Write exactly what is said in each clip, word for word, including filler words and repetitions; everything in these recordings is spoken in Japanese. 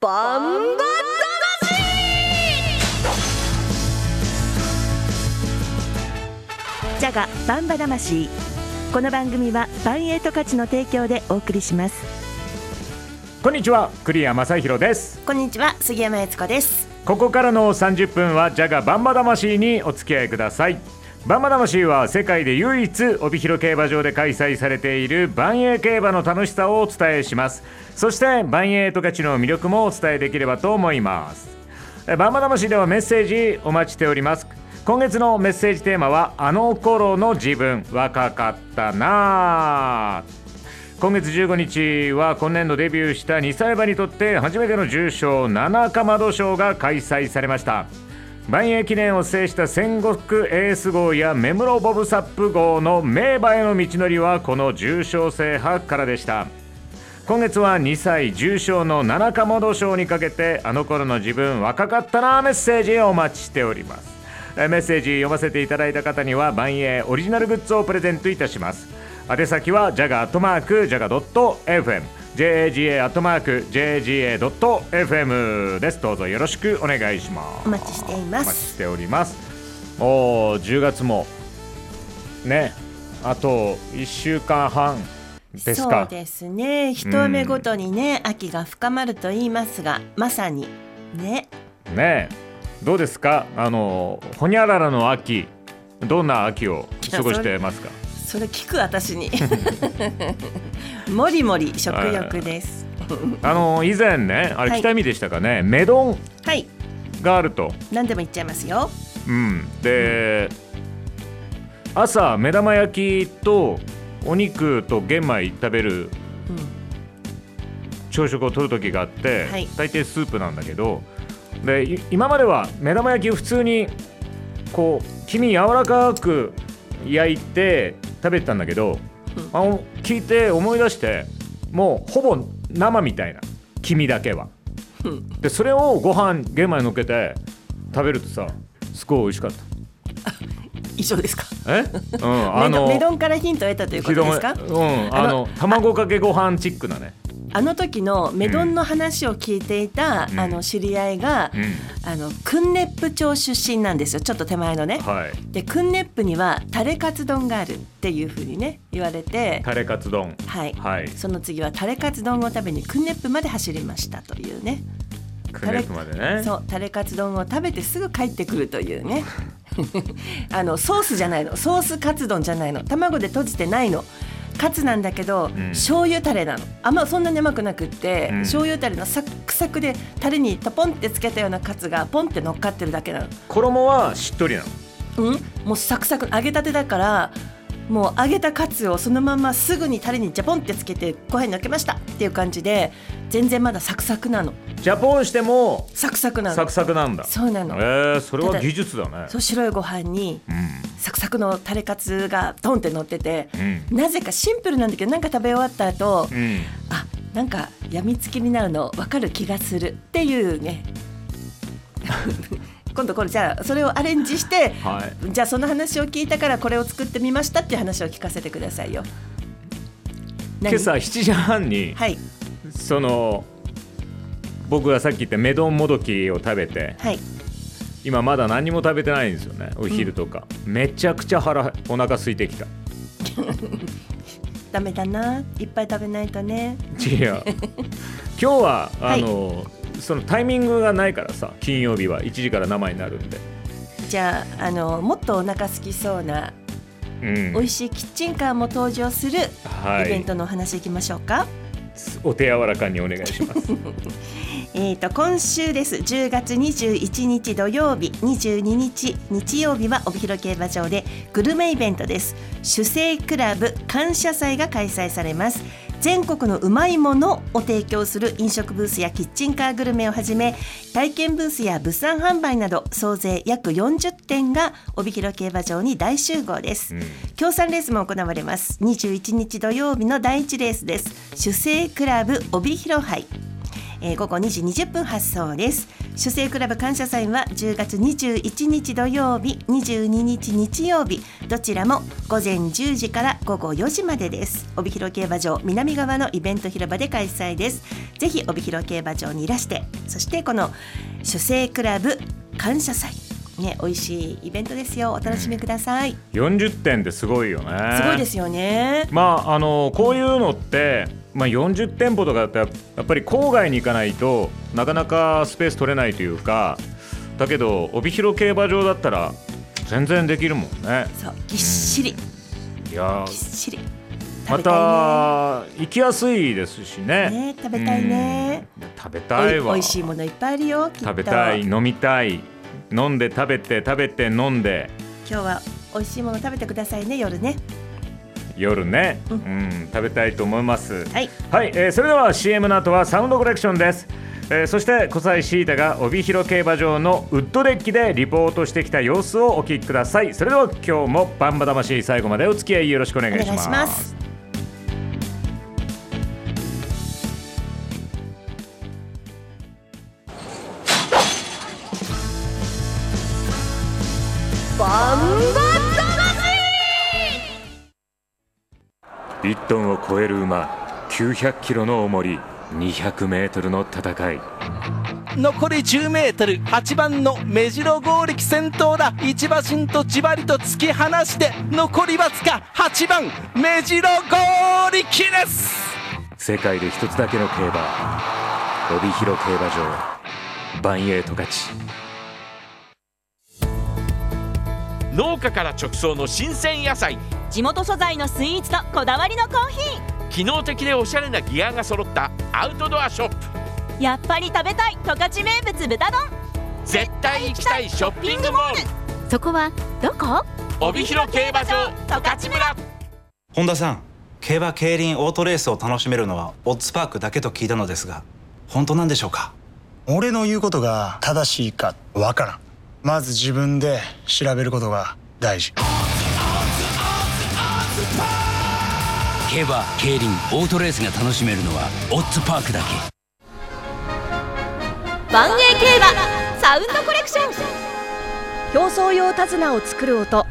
バンバ魂。 ジャガバンバ魂。この番組はバンエイト価値の提供でお送りします。 こんにちは、栗谷正宏です。 こんにちは、杉山悦子です。 ここからのさんじゅっぷんはジャガバンバ魂にお付き合いください。バンバ魂は世界で唯一帯広競馬場で開催されているバンエイ競馬の楽しさをお伝えします。そしてバンエイト勝ちの魅力もお伝えできればと思います。バンバ魂ではメッセージお待ちしております。今月のメッセージテーマはあの頃の自分若かったな。今月じゅうごにちは今年度デビューしたにさい馬にとって初めての重賞七かまど賞が開催されました。バンエイ記念を制した戦国エース号や目室ボブサップ号の名馬への道のりはこの重賞制覇からでした。今月はにさい重賞の七かまど賞にかけてあの頃の自分若かったなメッセージをお待ちしております。メッセージ読ませていただいた方にはバンエイオリジナルグッズをプレゼントいたします。宛先は ジャガ アットマーク ジャガ ドット エフエム ジェージェー アットマーク ジェージェー ドット エフエム です。どうぞよろしくお願いします。 お待ちしています。 お待ちしております。おー、じゅうがつもね、あといっしゅうかんはんですか。 そうですね、一目ごとにね、うん、秋が深まると言いますが、まさにねねえ、どうですか、あのほにゃららの秋、どんな秋を過ごしてますか。 それ聞く私にもりもり食欲ですあの以前ね、あれ北見でしたかね、はい、メドンがあると、はい、 何でも言っちゃいますよ。 うん、で、うん、朝目玉焼きとお肉と玄米食べる朝食を取る時があって、はい、大抵スープなんだけど、で今までは目玉焼きを普通にこう黄身柔らかく焼いて食べてたんだけど、うん、あの聞いて思い出して、もうほぼ生みたいな黄身だけは、うん、でそれをご飯玄米乗っけて食べるとさ、すごい美味しかった。 一緒ですか。 え、うん、あのメドンからヒントを得たということですか。 うん、あの卵かけご飯チックなね、 あの時のメドンの話を聞いていた、うん、あの知り合いが、うん、あのクンネップ町出身なんですよ。ちょっと手前のね、はい、でクンネップにはタレカツ丼があるっていう風にね言われて、 タレカツ丼、 はい、はい、その次はタレカツ丼を食べにクンネップまで走りましたというね。 クンネップまでね、 そう、タレカツ丼を食べてすぐ帰ってくるというねあのソースじゃないの、ソースカツ丼じゃないの、卵で閉じてないの、カツなんだけど、うん、醤油タレなの。あんまそんなに甘くなくって、うん、醤油タレのサックサクでタレにトポンってつけたようなカツがポンって乗っかってるだけなの。 衣はしっとりなの。 うん、もうサクサク揚げたてだから、もう揚げたカツをそのまますぐにタレにジャポンってつけてご飯にのっけましたっていう感じで、全然まだサクサクなの。 ジャポンしてもサクサクなの。 サクサクなんだ。 そうなの。 えー、それは技術だね。 そう、白いご飯に、うん、サクサクのタレカツがトンって乗ってて、うん、なぜかシンプルなんだけど、なんか食べ終わった後、うん、あ、なんかやみつきになるの分かる気がするっていうね今度これじゃあそれをアレンジして、はい、じゃあその話を聞いたからこれを作ってみましたっていう話を聞かせてくださいよ。 今朝しちじはんに、はい、その僕がさっき言ったメドンもどきを食べて、はい、今まだ何も食べてないんですよね、お昼とか、うん、めちゃくちゃ腹お腹空いてきたダメだな、いっぱい食べないとね。 違う今日はあの、はい、そのタイミングがないからさ、金曜日はいちじから生になるんで、 じゃあ、あのもっとお腹空きそうな、うん、美味しいキッチンカーも登場するイベントのお話いきましょうか。はい、 お手柔らかにお願いしますえと今週です。じゅうがつにじゅういちにち土曜日、にじゅうににち日曜日は帯広競馬場でグルメイベントです。主催クラブ感謝祭が開催されます。全国のうまいものを提供する飲食ブースやキッチンカーグルメをはじめ、体験ブースや物産販売など総勢約よんじゅってんが帯広競馬場に大集合です。うん、協賛レースも行われます。にじゅういちにち土曜日のだいいちレースです。主催クラブ帯広杯、えー、ごごにじにじゅっぷん発送です。主催クラブ感謝祭はじゅうがつにじゅういちにち土曜日、にじゅうににち日曜日、どちらもごぜんじゅうじからごごよじまでです。帯広競馬場南側のイベント広場で開催です。 ぜひ帯広競馬場にいらして、そしてこの主生クラブ感謝祭ね、美味しいイベントですよ。お楽しみください。 よんじゅってんってすごいよね。 すごいですよね。 まああのこういうのって、まあ、よんじゅってんぽとかだってやっぱり郊外に行かないとなかなかスペース取れないというか、だけど帯広競馬場だったら全然できるもんね。 そうぎっしり、 うん、いやぎっしりまた行きやすいですしね。 ね、食べたいね。 食べたいわ。 おいしいものいっぱいあるよ。きっと食べたい、飲みたい、飲んで食べて食べて飲んで。 今日はおいしいもの食べてくださいね、夜ね。 夜ね、うん、うん、食べたいと思います。 はい、 はい、えー、それでは シーエム の後はサウンドコレクションです。えー、そして小西シータが帯広競馬場のウッドデッキでリポートしてきた様子をお聞きください。それでは今日もバンバ魂、最後までお付き合いよろしくお願いします。 お願いします。 バンバいちトンを超える馬、きゅうひゃくキロの重り、にひゃくメートルの戦い。 残りじゅうメートル、はちばんの目白剛力先頭だ。一馬身とじわりと突き放して残りわずか。はちばん目白剛力です。 世界で一つだけの競馬、帯広競馬場、バンエイト勝ち。 農家から直送の新鮮野菜、 地元素材のスイーツとこだわりのコーヒー、 機能的でおしゃれなギアが揃ったアウトドアショップ。 やっぱり食べたい十勝名物豚丼。 絶対行きたいショッピングモール、 そこはどこ？ 帯広競馬場十勝村。 本田さん、競馬競輪オートレースを楽しめるのはオッズパークだけと聞いたのですが、本当なんでしょうか？ 俺の言うことが正しいかわからん。まず自分で調べることが大事。 競馬競輪オートレースが楽しめるのはオッズパークだけ。 バンエイ競馬サウンドコレクション、競争用手綱を作る音。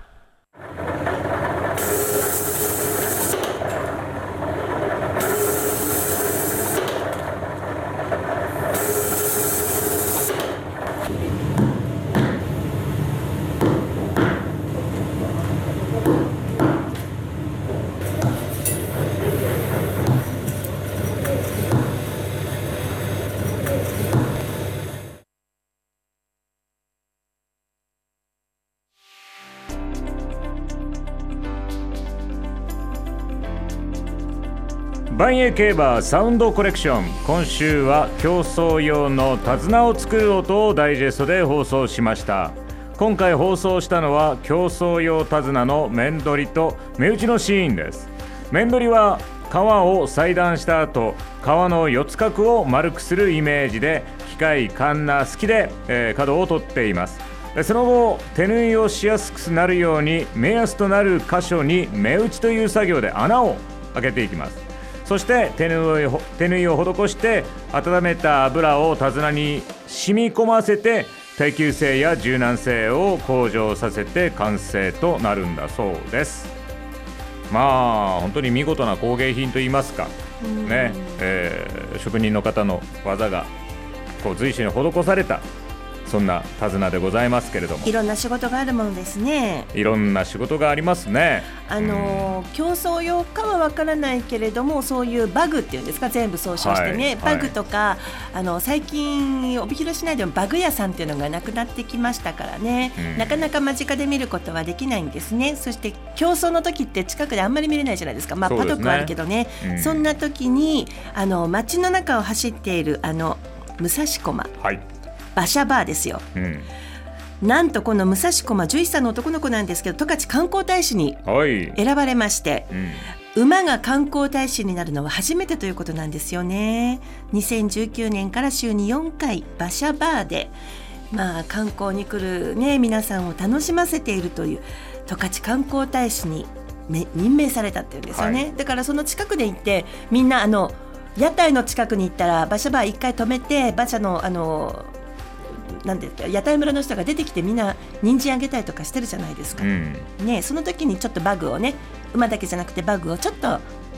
バンエイ競馬サウンドコレクション、今週は競争用の手綱を作る音をダイジェストで放送しました。今回放送したのは競争用手綱の面取りと目打ちのシーンです。面取りは皮を裁断した後、皮の四つ角を丸くするイメージで機械カンナ好きで、えー、角を取っています。その後手縫いをしやすくなるように目安となる箇所に目打ちという作業で穴を開けていきます。そして手縫い、手縫いを施して温めた油を手綱に染み込ませて耐久性や柔軟性を向上させて完成となるんだそうです。まあ本当に見事な工芸品といいますかね、えー、職人の方の技がこう随所に施されたそんな手綱でございますけれども、 いろんな仕事があるものですね。 いろんな仕事がありますね。 あのー、競争用かはわからないけれども、そういうバグっていうんですか、全部総称してね、はい、バグとか、はい、あの最近帯広市内でもバグ屋さんっていうのがなくなってきましたからね、うん、なかなか間近で見ることはできないんですね。そして競争の時って近くであんまり見れないじゃないですか。まあパドックはあるけどね、うん、そんな時にあの街の中を走っているあの武蔵駒、はい、馬車バーですよ、うん、なんとこの武蔵駒じゅういっさいの男の子なんですけど、十勝観光大使に選ばれまして、うん、馬が観光大使になるのは初めてということなんですよね。にせんじゅうきゅうねんから週によんかい馬車バーで、まあ、観光に来る、ね、皆さんを楽しませているという十勝観光大使に任命されたっていうんですよね、はい、だからその近くで行ってみんなあの屋台の近くに行ったら馬車バー一回止めて馬車のあのなんて屋台村の人が出てきてみんな人参あげたりとかしてるじゃないですか、うん、ね、その時にちょっとバグをね、馬だけじゃなくてバグをちょっと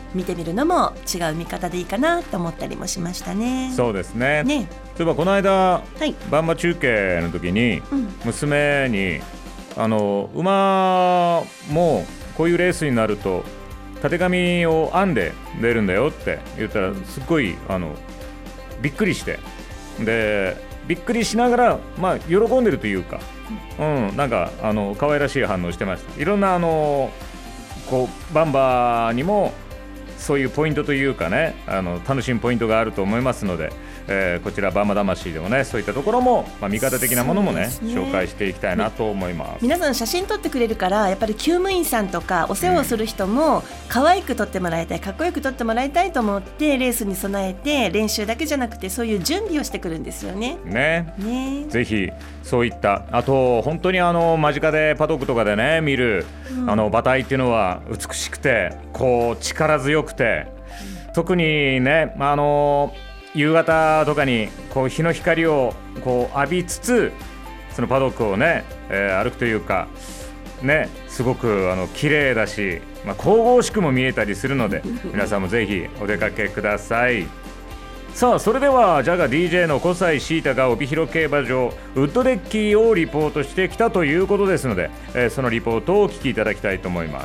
見てみるのも違う見方でいいかなと思ったりもしましたね。 そうですね。 ね、 そういえばこの間、 はい、 バンバ中継の時に、 うん、 娘にあの馬もこういうレースになるとたてがみを編んで出るんだよって言ったらすっごいあのびっくりして、でびっくりしながら、まあ、喜んでるというか、うん、なんかあの可愛らしい反応してました。いろんなあのこうバンバにもそういうポイントというかね、あの楽しむポイントがあると思いますので、えー、こちらバンバ魂でもね、そういったところも、まあ、味方的なものも ね, ね紹介していきたいなと思います。 皆さん写真撮ってくれるから、やっぱり厩務員さんとかお世話をする人も可愛く撮ってもらいたい、かっこよく撮ってもらいたいと思ってレースに備えて練習だけじゃなくてそういう準備をしてくるんですよね。 ね, ねぜひそういった、あと本当にあの間近でパドックとかでね見る、うん、あの馬体っていうのは美しくてこう力強くて、特にね、あの夕方とかにこう日の光をこう浴びつつそのパドックをね、えー、歩くというかね、すごくあの綺麗だし、まあ、神々しくも見えたりするので皆さんもぜひお出かけください。さあそれではジャガ ディージェー の小西シータが帯広競馬場ウッドデッキをリポートしてきたということですので、えー、そのリポートをお聞きいただきたいと思います。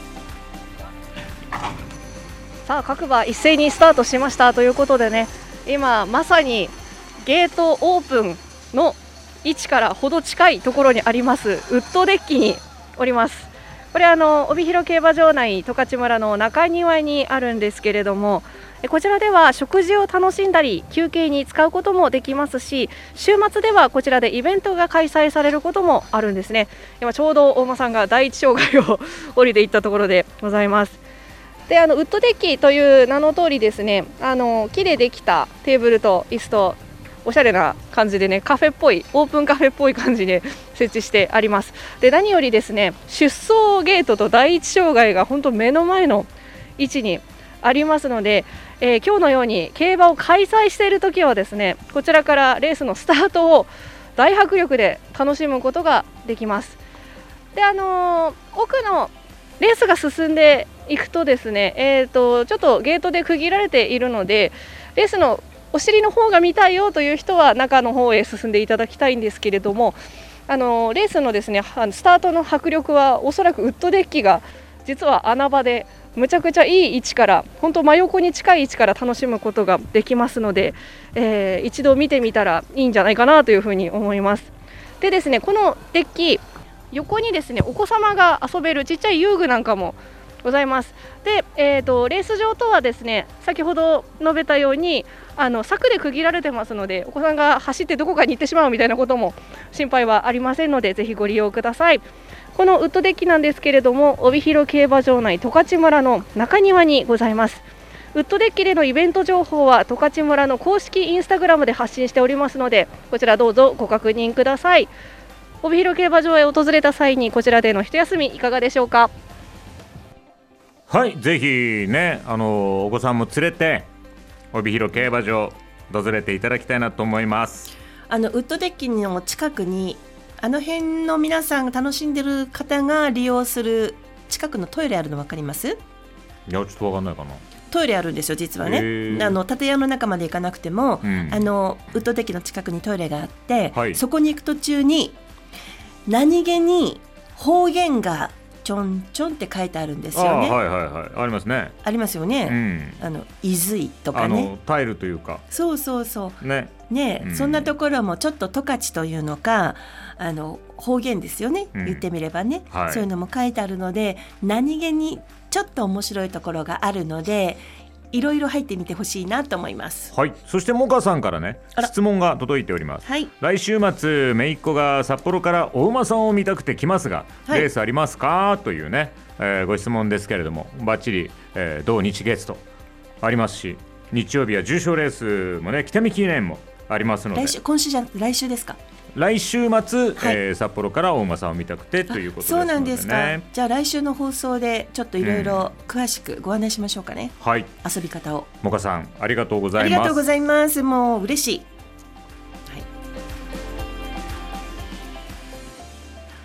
さあ各馬一斉にスタートしましたということでね、今まさにゲートオープンの位置からほど近いところにありますウッドデッキにおります。これあの帯広競馬場内十勝村の中庭にあるんですけれども、こちらでは食事を楽しんだり休憩に使うこともできますし、週末ではこちらでイベントが開催されることもあるんですね。今ちょうど大間さんが第一障害を降りていったところでございます。であのウッドデッキという名の通りですね、あの木でできたテーブルと椅子とおしゃれな感じでね、カフェっぽいオープンカフェっぽい感じで設置してあります。で何よりですね、出走ゲートと第一障害が本当目の前の位置にありますので、えー、今日のように競馬を開催しているときはですね、こちらからレースのスタートを大迫力で楽しむことができます。であのー、奥のレースが進んでいくとですね、えーと、ちょっとゲートで区切られているので、レースのお尻の方が見たいよという人は中の方へ進んでいただきたいんですけれども、あのレースのですね、あのスタートの迫力はおそらくウッドデッキが実は穴場でむちゃくちゃいい位置から本当真横に近い位置から楽しむことができますので、えー、一度見てみたらいいんじゃないかなというふうに思います。でですね、このデッキ横にですねお子様が遊べるちっちゃい遊具なんかもございます。で、えーと、レース場とはですね、先ほど述べたようにあの柵で区切られてますので、お子さんが走ってどこかに行ってしまうみたいなことも心配はありませんので、ぜひご利用ください。このウッドデッキなんですけれども、帯広競馬場内十勝村の中庭にございます。ウッドデッキでのイベント情報は十勝村の公式インスタグラムで発信しておりますので、こちらどうぞご確認ください。帯広競馬場へ訪れた際にこちらでの一休みいかがでしょうか。 はい、ぜひね、あのお子さんも連れて帯広競馬場訪れていただきたいなと思います。 あのウッドデッキの近くにあの辺の皆さん楽しんでる方が利用する近くのトイレあるの分かります？ いやちょっと分かんないかな。 トイレあるんですよ実はね。あの建屋の中まで行かなくても、うん、あのウッドデッキの近くにトイレがあって、はい、そこに行く途中に何気に方言がちょんちょんって書いてあるんですよね。 あ、はいはいはい、ありますね。 ありますよね、うん、あの伊豆とかね、 あのタイルというか、 そうそうそうね、 ね、うん、そんなところもちょっと十勝というのかあの方言ですよね、うん、言ってみればね、はい、そういうのも書いてあるので、何気にちょっと面白いところがあるのでいろいろ入ってみてほしいなと思います。 はい、そしてモカさんからね質問が届いております、 はい、 来週末姪っ子が札幌からお馬さんを見たくて来ますが、はい、レースありますかというね、えー、ご質問ですけれども、バッチリ、えー、同日月とありますし、日曜日は重賞レースもね北見記念もありますので、 来週今週じゃなくて来週ですか？ 来週末、はい、えー、札幌からお馬さんを見たくてということですので、ね、 そうなんですか。じゃあ来週の放送でちょっといろいろ詳しくご案内しましょうかね、 うん、はい、 遊び方を。 モカさんありがとうございます。 ありがとうございます。もう嬉しい、はい、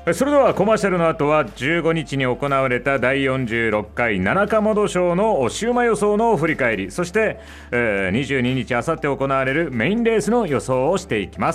それではコマーシャルの後はじゅうごにちに行われただいよんじゅうろっかい七日本賞のおシウマ予想の振り返り、そして、えー、にじゅうににちあさって行われるメインレースの予想をしていきます。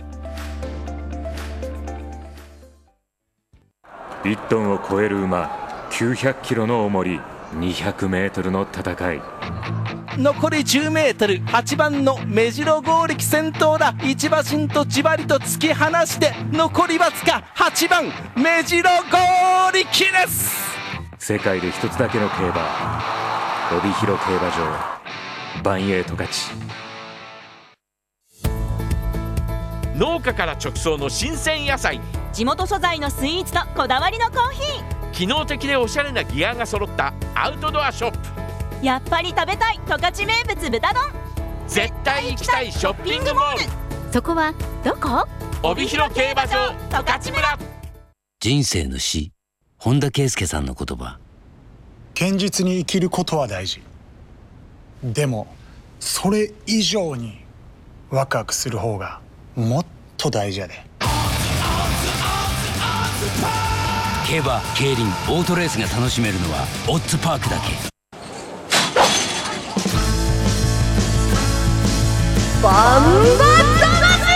いちトンを超える馬、きゅうひゃくキロの重り、にひゃくメートルの戦い。 残りじゅうメートル、はちばんの目白剛力先頭だ。一馬身とじわりと突き放して残りわずか。はちばん目白剛力です。 世界で一つだけの競馬、帯広競馬場、バンエイト勝ち。 農家から直送の新鮮野菜、 地元素材のスイーツとこだわりのコーヒー、 機能的でおしゃれなギアが揃ったアウトドアショップ。 やっぱり食べたい十勝名物豚丼。 絶対行きたいショッピングモール。 そこはどこ？ 帯広競馬場十勝村。 人生の詩、本田圭佑さんの言葉。 堅実に生きることは大事。でもそれ以上にワクワクする方がもっと大事やで。 競馬、競輪、オートレースが楽しめるのはオッズパークだけ。 バンバ魂。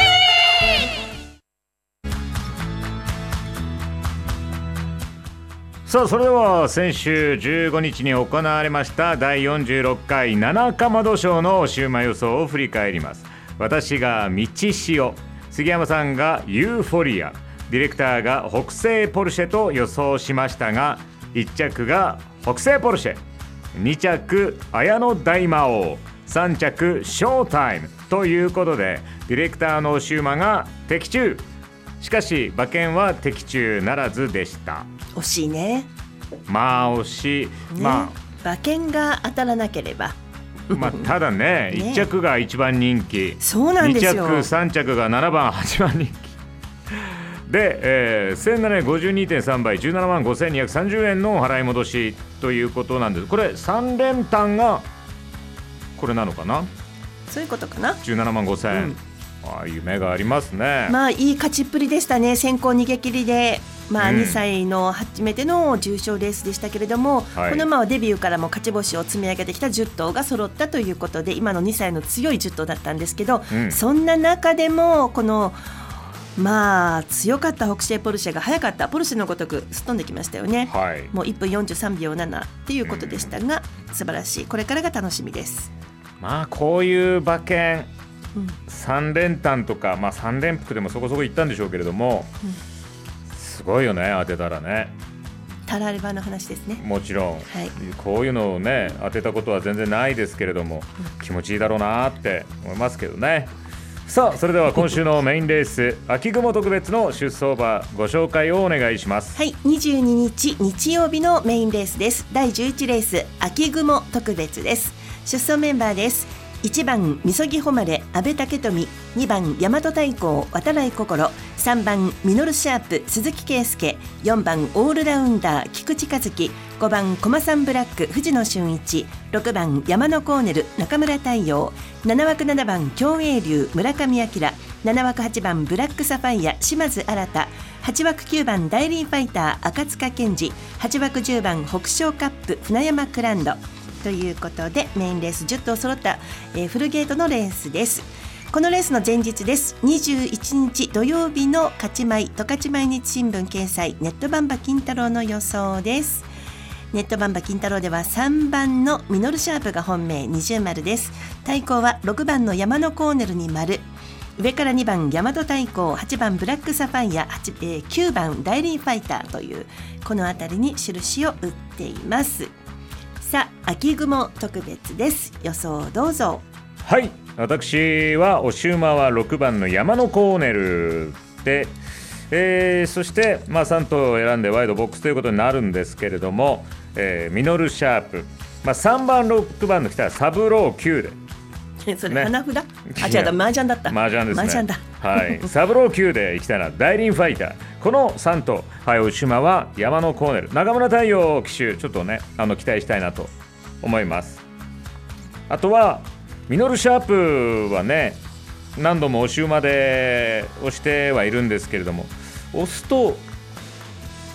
さあ、それでは先週じゅうごにちに行われましただいよんじゅうろっかい七日窓賞のシウマ予想を振り返ります。私が道潮、杉山さんがユーフォリア、ディレクターが北西ポルシェと予想しましたが、いっちゃくが北西ポルシェ、にちゃく綾野大魔王、さんちゃくショータイムということで、ディレクターのおしゅうまが的中。しかし馬券は的中ならずでした。 惜しいね。 まあ惜しい、ね、まあ馬券が当たらなければまあただね、ねいっちゃくがいちばん人気、 そうなんですよ。 にちゃくさんちゃくがななばんはちばん人気で、えー、せんななひゃくごじゅうにてんさんばい、じゅうななまんごせんにひゃくさんじゅうえんの払い戻しということなんです。これさん連単がこれなのかな。 そういうことかな。 じゅうななまんごせん、うん、ああ夢がありますね。 まあいい勝ちっぷりでしたね。先行逃げ切りで、まあ、にさいの初めての重賞レースでしたけれども、うん、この馬はデビューからも勝ち星を積み上げてきたじゅっ頭が揃ったということで、今のにさいの強いじゅっ頭だったんですけど、うん、そんな中でもこのまあ強かった北西ポルシェが速かったポルシェのごとくすっ飛んできましたよね、はい、もういっぷんよんじゅうさんびょうななっていうことでしたが、うん、素晴らしい。これからが楽しみです。 まあこういう馬券、うん、さん連単とか、まあ、さん連複でもそこそこいったんでしょうけれども、うん、すごいよね当てたらね。 たらればの話ですね。 もちろん、 はい、 こういうのをね当てたことは全然ないですけれども、うん、気持ちいいだろうなって思いますけどね。さあそれでは今週のメインレース秋雲特別の出走馬ご紹介をお願いします。 はい、にじゅうににち日曜日のメインレースです。だいじゅういちレース秋雲特別です。出走メンバーです。いちばんみそぎ誉れ阿部武富、にばん大和太鼓渡来心、さんばんミノルシャープ鈴木圭介、よんばんオールラウンダー菊池和樹、ごばんコマサンブラック藤野俊一、ろくばん山のコーネル中村太陽、ななわくななばん競泳流村上明、ななわくはちばんブラックサファイア島津新、はちわくきゅうばんダイリーファイター赤塚健二、はちわくじゅうばん北昇カップ船山クランドということで、メインレースじゅっ頭揃った、えー、フルゲートのレースです。このレースの前日です。にじゅういちにち土曜日の勝ち米十勝毎日新聞掲載ネットバンバ金太郎の予想です。ネットバンバ金太郎ではさんばんのミノルシャープが本命二重丸です。対抗はろくばんの山のコーネルに丸、上からにばん大和太鼓、はちばんブラックサファイア、えー、きゅうばんダイリーファイターというこのあたりに印を打っています。さあ秋雲特別です。予想どうぞ。 はい、私はおしゅうまはろくばんの山のコーネルで、えー、そして、まあ、さん頭を選んでワイドボックスということになるんですけれども、えー、ミノルシャープ、まあ、さんばんろくばんの来たらサブローきゅうでそれ花札、ね、あ違う、麻雀だった。 麻雀ですね。 麻雀だ。 はい、サブローきゅうでいきたいな。ダイリンファイター、このさん頭、はい、おしまは山のコーネル中村太陽騎手、ちょっとねあの期待したいなと思います。あとはミノルシャープはね何度も押し馬で押してはいるんですけれども、押すと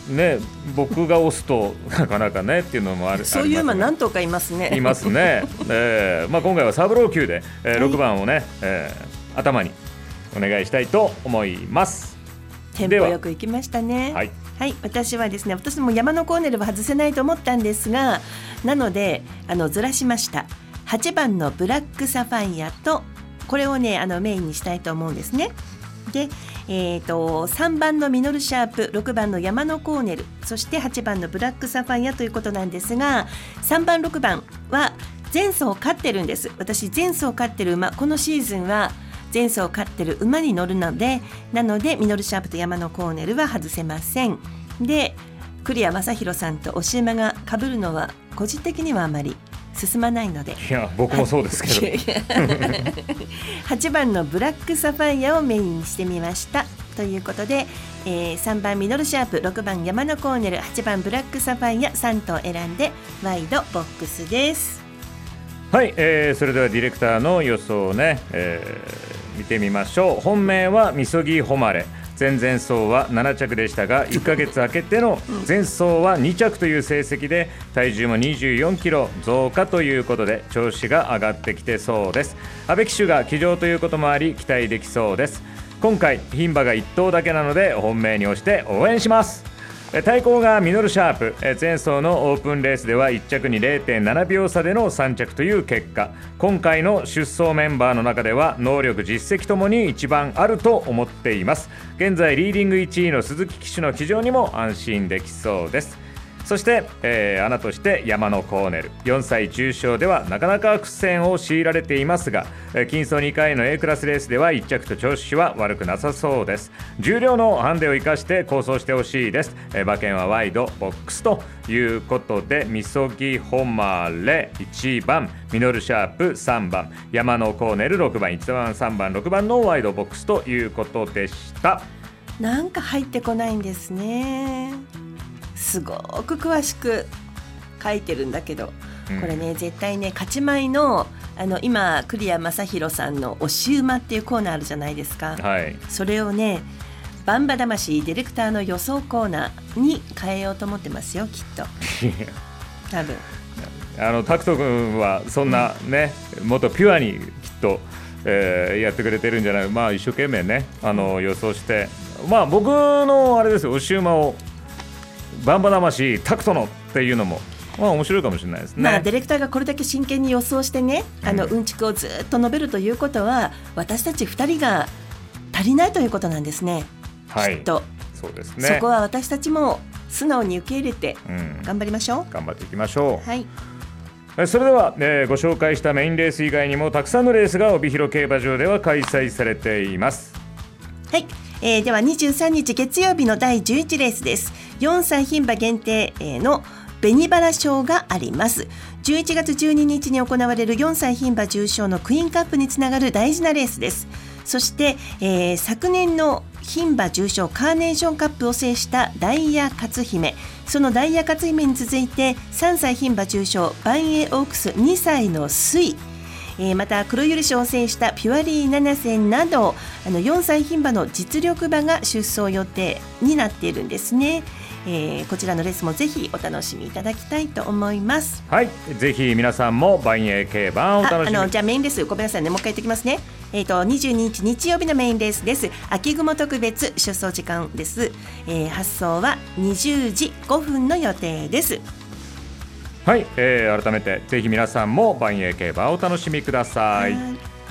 ね、僕が押すとなかなかねっていうのもある。 そういう馬何頭かいますね。 いますね。えーまあ、今回はサブロー級で、えー、ろくばんをね、えー、頭にお願いしたいと思います。 テンポよくいきましたね。 はい、 はい、私はですね、私も山のコーネルは外せないと思ったんですが、なのであのずらしました。はちばんのブラックサファイアとこれをねあのメインにしたいと思うんですね。で、えー、とさんばんのミノルシャープ、ろくばんの山のコーネル、そしてはちばんのブラックサファイアということなんですが、さんばんろくばんは前走を勝ってるんです。私前走を勝ってる馬、このシーズンは前走を勝ってる馬に乗るので、なのでミノルシャープと山のコーネルは外せません。で、栗谷正宏さんと押し馬が被るのは個人的にはあまり進まないので、 いや僕もそうですけどはちばんのブラックサファイアをメインにしてみましたということで、えー、さんばんミノルシャープ、ろくばん山のコーネル、はちばんブラックサファイアさん頭選んでワイドボックスです。 はい、えー、それではディレクターの予想をね、えー、見てみましょう。本命はみそぎ誉れ、前々走はななちゃくでしたが、いっかげつ空けての前走はにちゃくという成績で、体重もにじゅうよんキロ増加ということで調子が上がってきてそうです。阿部騎手が騎乗ということもあり期待できそうです。今回牝馬がいっ頭だけなので本命に押して応援します。対抗がミノルシャープ、前走のオープンレースではいっちゃくに れいてんななびょう差でのさんちゃくという結果、今回の出走メンバーの中では能力実績ともに一番あると思っています。現在リーディングいちいの鈴木騎手の騎乗にも安心できそうです。そして、えー、穴として山のコーネル、よんさい重賞ではなかなか苦戦を強いられていますが、金走にかいの A クラスレースではいっちゃくと調子は悪くなさそうです。重量のハンデを生かして構想してほしいです。えー、馬券はワイドボックスということで、みそぎ誉れいちばん、ミノルシャープさんばん、山のコーネルろくばん、いちばんさんばんろくばんのワイドボックスということでした。 なんか入ってこないんですね。すごく詳しく書いてるんだけど、うん、これね絶対ね勝ち前のあの今栗谷正宏さんの押し馬っていうコーナーあるじゃないですか、 はい、 それをねバンバ魂ディレクターの予想コーナーに変えようと思ってますよ、きっと多分あのタクト君はそんなね、うん、もっとピュアにきっと、えー、やってくれてるんじゃない。まあ一生懸命ねあの予想して、まあ僕のあれですよ、押し馬をバンバ魂タクトのっていうのもまあ面白いかもしれないですね。 まあディレクターがこれだけ真剣に予想してね、あのうんちくをずっと述べるということは、私たちふたりが足りないということなんですね、 はい、 きっとそうですね。 そこは私たちも素直に受け入れて頑張りましょう、うん、 頑張っていきましょう。 はい、 それでは、えー、ご紹介したメインレース以外にもたくさんのレースが帯広競馬場では開催されています。 はい、えー、ではにじゅうさんにち月曜日のだいじゅういちレースです。よんさい牝馬限定の紅バラ賞があります。じゅういちがつじゅうににちに行われるよんさい牝馬重賞のクイーンカップにつながる大事なレースです。そして、えー、昨年の牝馬重賞カーネーションカップを制したダイヤ勝姫、そのダイヤ勝姫に続いてさんさい牝馬重賞バンエーオークスにさいの水、えー、また黒百合賞を制したピュアリーななせんなど、あのよんさい牝馬の実力馬が出走予定になっているんですね。えー、こちらのレースもぜひお楽しみいただきたいと思います。 はい、ぜひ皆さんも万栄競馬をお楽しみ。 ああのじゃあメインレースごめんなさいね、もう一回言っておきますね。えー、とにじゅうににち日曜日のメインレースです。秋雲特別出走時間です。えー、発走はにじゅうじごふんの予定です。 はい、えー、改めてぜひ皆さんも万栄競馬をお楽しみください。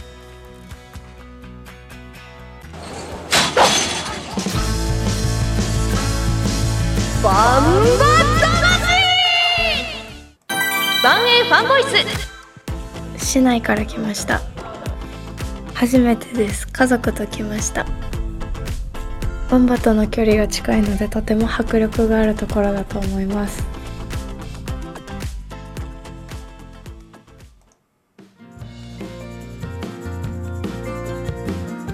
バンバ魂バンエーファンボイス。市内から来ました。初めてです。家族と来ました。バンバとの距離が近いのでとても迫力があるところだと思います。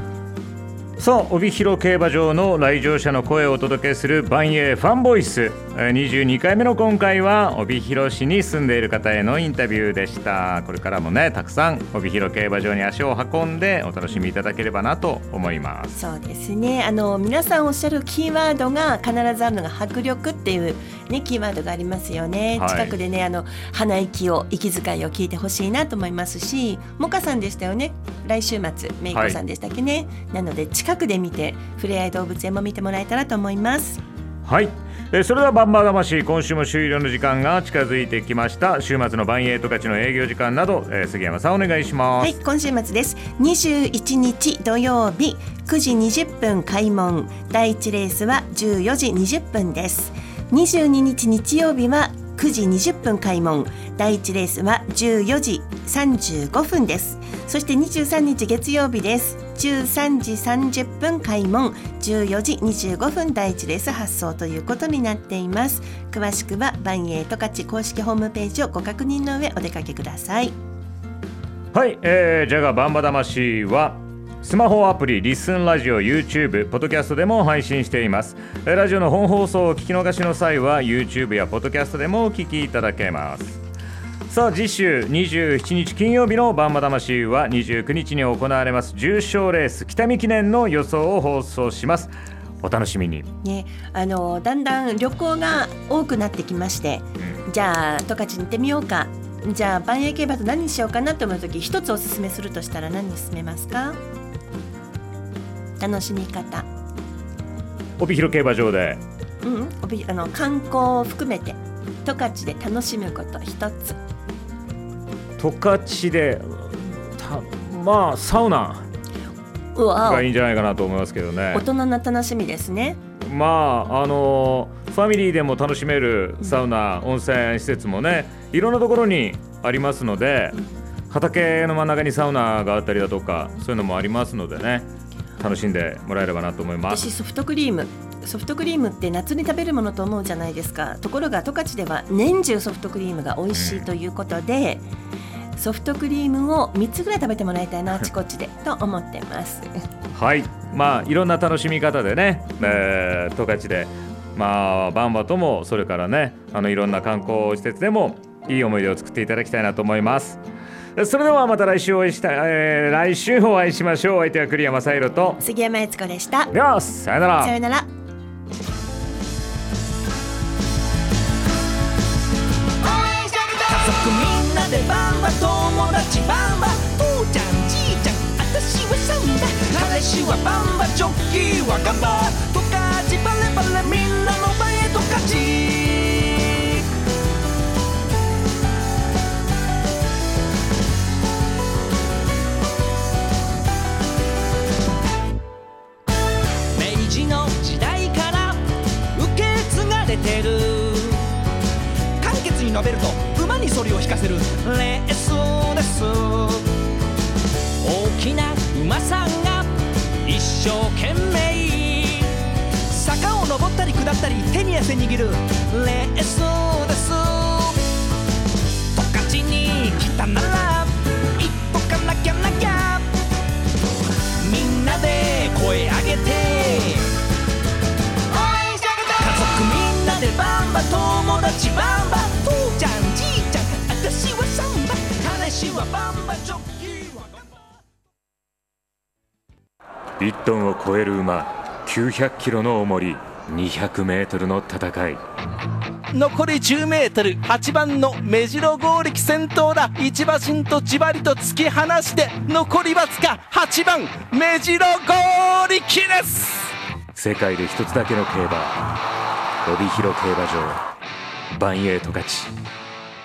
さあ帯広競馬場の来場者の声をお届けする万栄ファンボイス、 にじゅうにかいめの今回は帯広市に住んでいる方へのインタビューでした。これからもねたくさん帯広競馬場に足を運んでお楽しみいただければなと思います。 そうですね、あの皆さんおっしゃるキーワードが必ずあるのが迫力っていう、ね、キーワードがありますよね、はい、近くでねあの鼻息を息遣いを聞いてほしいなと思いますし、モカさんでしたよね、来週末メイコさんでしたっけね、はい、なので近くで見てふれあい動物園も見てもらえたらと思います。 はい、えー、それではバンバ魂、今週も終了の時間が近づいてきました。週末のバンエイト勝ちの営業時間など、えー、杉山さんお願いします。 はい、今週末です。にじゅういちにち土曜日くじにじゅっぷん開門、だいいちレースはじゅうよじにじゅっぷんです。にじゅうににち日曜日はくじにじゅっぷん開門、だいいちレースはじゅうよじさんじゅうごふんです。そしてにじゅうさんにち月曜日です。じゅうさんじさんじゅっぷん開門、じゅうよじにじゅうごふんだいいちレース発送ということになっています。詳しくはバンエイト勝ち公式ホームページをご確認の上お出かけください。 はい、えー、ジャガバンバ魂はスマホアプリリッスンラジオ YouTube ポッドキャストでも配信しています。ラジオの本放送を聞き逃しの際は YouTube やポッドキャストでもお聞きいただけます。さあ次週にじゅうしちにち金曜日のバンバ魂はにじゅうくにちに行われます重賞レース北見記念の予想を放送します。お楽しみに、 ね、あのだんだん旅行が多くなってきまして、うん、じゃあ十勝に行ってみようか、じゃあ万栄競馬と何にしようかなと思うとき一つおすすめするとしたら何に進めますか？楽しみ方、 帯広競馬場で、 うん、帯あの観光を含めて十勝で楽しむこと一つ。 十勝でたまあサウナがいいんじゃないかなと思いますけどね。 大人の楽しみですね。 まああのファミリーでも楽しめるサウナ、うん、温泉施設もねいろんなところにありますので、畑の真ん中にサウナがあったりだとかそういうのもありますのでね、楽しんでもらえればなと思います。 私ソフトクリームソフトクリームって夏に食べるものと思うじゃないですか。ところが十勝では年中ソフトクリームが美味しいということで、うん、ソフトクリームをみっつぐらい食べてもらいたいなあちこちでと思ってますはい、まあいろんな楽しみ方でね、えー、十勝でまあバンバともそれからねあのいろんな観光施設でもいい思い出を作っていただきたいなと思います。それではまた来週お会いした、えー、来週お会いしましょう。お相手は栗山正宏と杉山悦子でした。 ではさよなら。 さよなら。 家族みんなでバンバ友達バンバ父ちゃんじいちゃん私はサンバ彼氏はバンバジョッキーはガンバ十勝バレバレみんなのバンエイト勝ち。明治の時代から受け継がれてる簡潔に述べると馬にそりを引かせるレースです。大きな馬さんが一生懸命坂を登ったり下ったり手に汗握るレースです。十勝に来たなら一歩かなきゃなきゃみんなで声上げて家族みんなでバンバ友達バンバ父ちゃんじいちゃん私はサンバ彼氏はバンバジョッキーはガンバ。 いちトンを超える馬、きゅうひゃくキロの重り、にひゃくメートルの戦い。 残りじゅうメートル、はちばんの目白剛力先頭だ。いち馬身とじわりと突き放して残りわずか。はちばん目白剛力です。 世界で一つだけの競馬、帯広競馬場、バンエイト勝ち。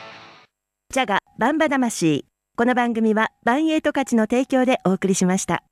ジャガバンバ魂。この番組はバンエイト勝ちの提供でお送りしました。